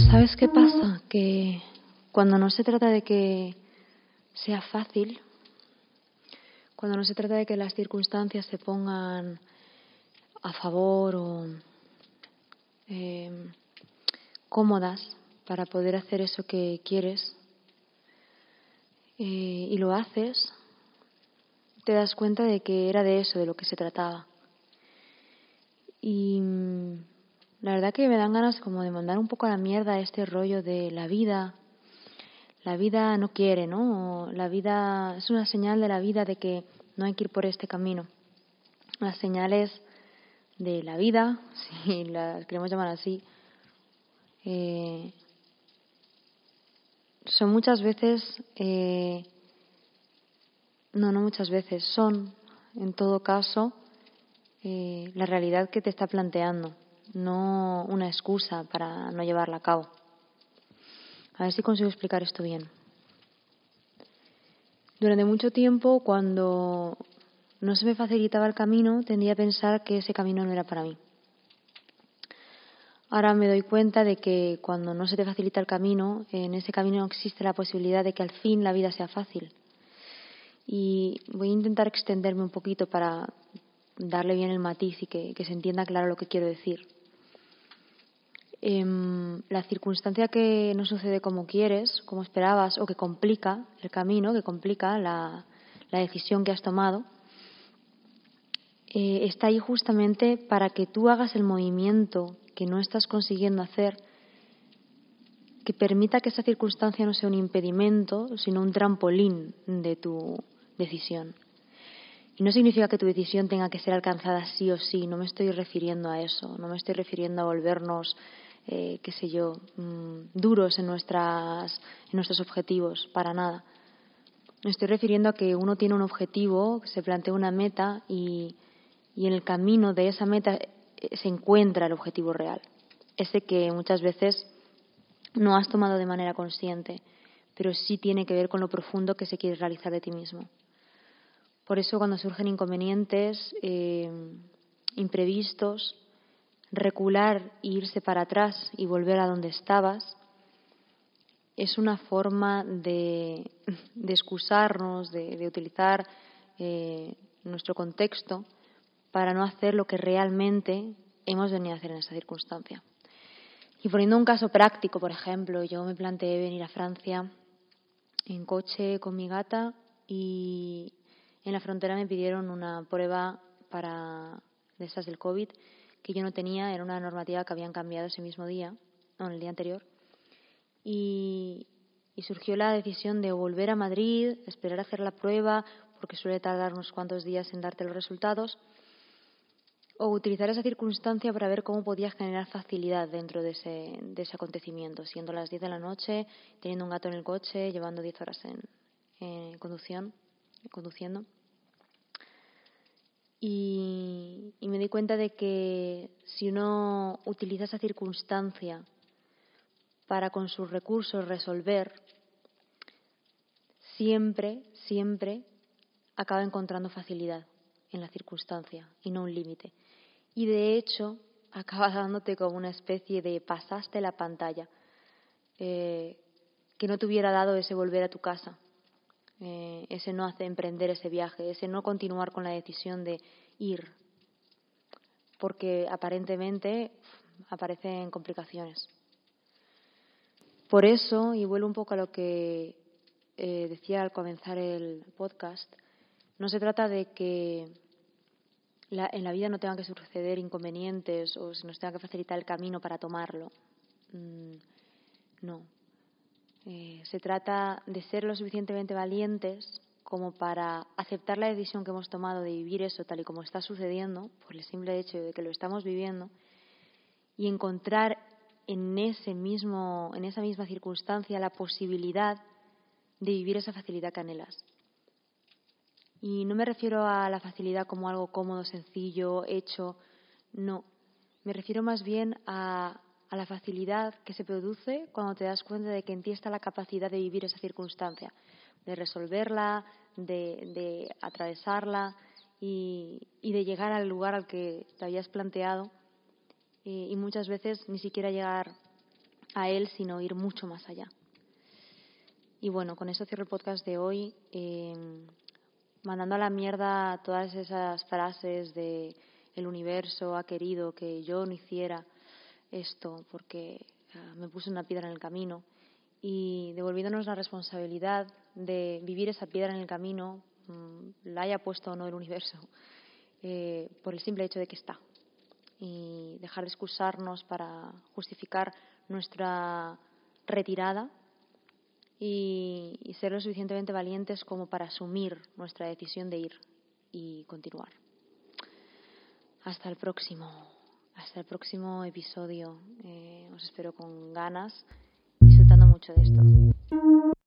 ¿Sabes qué pasa? Que cuando no se trata de que sea fácil, cuando no se trata de que las circunstancias se pongan a favor o cómodas para poder hacer eso que quieres, y lo haces, te das cuenta de que era de eso de lo que se trataba. Y la verdad que me dan ganas como de mandar un poco a la mierda este rollo de la vida. La vida no quiere, ¿no? La vida es una señal de la vida de que no hay que ir por este camino. Las señales de la vida, si las queremos llamar así, son muchas veces, no muchas veces, son en todo caso la realidad que te está planteando, no una excusa para no llevarla a cabo. A ver si consigo explicar esto bien. Durante mucho tiempo, cuando no se me facilitaba el camino, tendía a pensar que ese camino no era para mí. Ahora me doy cuenta de que cuando no se te facilita el camino, en ese camino existe la posibilidad de que al fin la vida sea fácil. Y voy a intentar extenderme un poquito para darle bien el matiz y que se entienda claro lo que quiero decir. La circunstancia que no sucede como quieres, como esperabas, o que complica el camino, que complica la decisión que has tomado, está ahí justamente para que tú hagas el movimiento que no estás consiguiendo hacer, que permita que esa circunstancia no sea un impedimento, sino un trampolín de tu decisión. Y no significa que tu decisión tenga que ser alcanzada sí o sí, no me estoy refiriendo a eso, no me estoy refiriendo a volvernos, duros en nuestros objetivos, para nada. Me estoy refiriendo a que uno tiene un objetivo, se plantea una meta y en el camino de esa meta se encuentra el objetivo real, ese que muchas veces no has tomado de manera consciente, pero sí tiene que ver con lo profundo que se quiere realizar de ti mismo. Por eso cuando surgen inconvenientes, imprevistos, recular e irse para atrás y volver a donde estabas, es una forma de excusarnos, de utilizar nuestro contexto para no hacer lo que realmente hemos venido a hacer en esa circunstancia. Y poniendo un caso práctico, por ejemplo, yo me planteé venir a Francia en coche con mi gata y en la frontera me pidieron una prueba de esas del COVID que yo no tenía, era una normativa que habían cambiado ese mismo día, el día anterior, y surgió la decisión de volver a Madrid, esperar a hacer la prueba, porque suele tardar unos cuantos días en darte los resultados, o utilizar esa circunstancia para ver cómo podía generar facilidad dentro de ese acontecimiento, siendo las 10 de la noche, teniendo un gato en el coche, llevando 10 horas conduciendo. Y me di cuenta de que si uno utiliza esa circunstancia para con sus recursos resolver, siempre acaba encontrando facilidad en la circunstancia y no un límite. Y de hecho acaba dándote como una especie de pasaste la pantalla, que no te hubiera dado ese volver a tu casa, ese no emprender ese viaje, ese no continuar con la decisión de ir, porque aparentemente aparecen complicaciones. Por eso, y vuelvo un poco a lo que decía al comenzar el podcast, no se trata de que en la vida no tengan que suceder inconvenientes o se nos tenga que facilitar el camino para tomarlo. No. Se trata de ser lo suficientemente valientes como para aceptar la decisión que hemos tomado de vivir eso tal y como está sucediendo, por el simple hecho de que lo estamos viviendo, y encontrar en esa misma circunstancia la posibilidad de vivir esa facilidad que anhelas. Y no me refiero a la facilidad como algo cómodo, sencillo, hecho, no. Me refiero más bien a la facilidad que se produce cuando te das cuenta de que en ti está la capacidad de vivir esa circunstancia, de resolverla, de atravesarla y de llegar al lugar al que te habías planteado, y muchas veces ni siquiera llegar a Él, sino ir mucho más allá. Y bueno, con eso cierro el podcast de hoy, mandando a la mierda todas esas frases de el universo ha querido que yo no hiciera esto porque me puse una piedra en el camino, y devolviéndonos la responsabilidad de vivir esa piedra en el camino, la haya puesto o no el universo, por el simple hecho de que está, y dejar de excusarnos para justificar nuestra retirada y ser lo suficientemente valientes como para asumir nuestra decisión de ir y continuar. Hasta el próximo episodio. Os espero con ganas, disfrutando mucho de esto.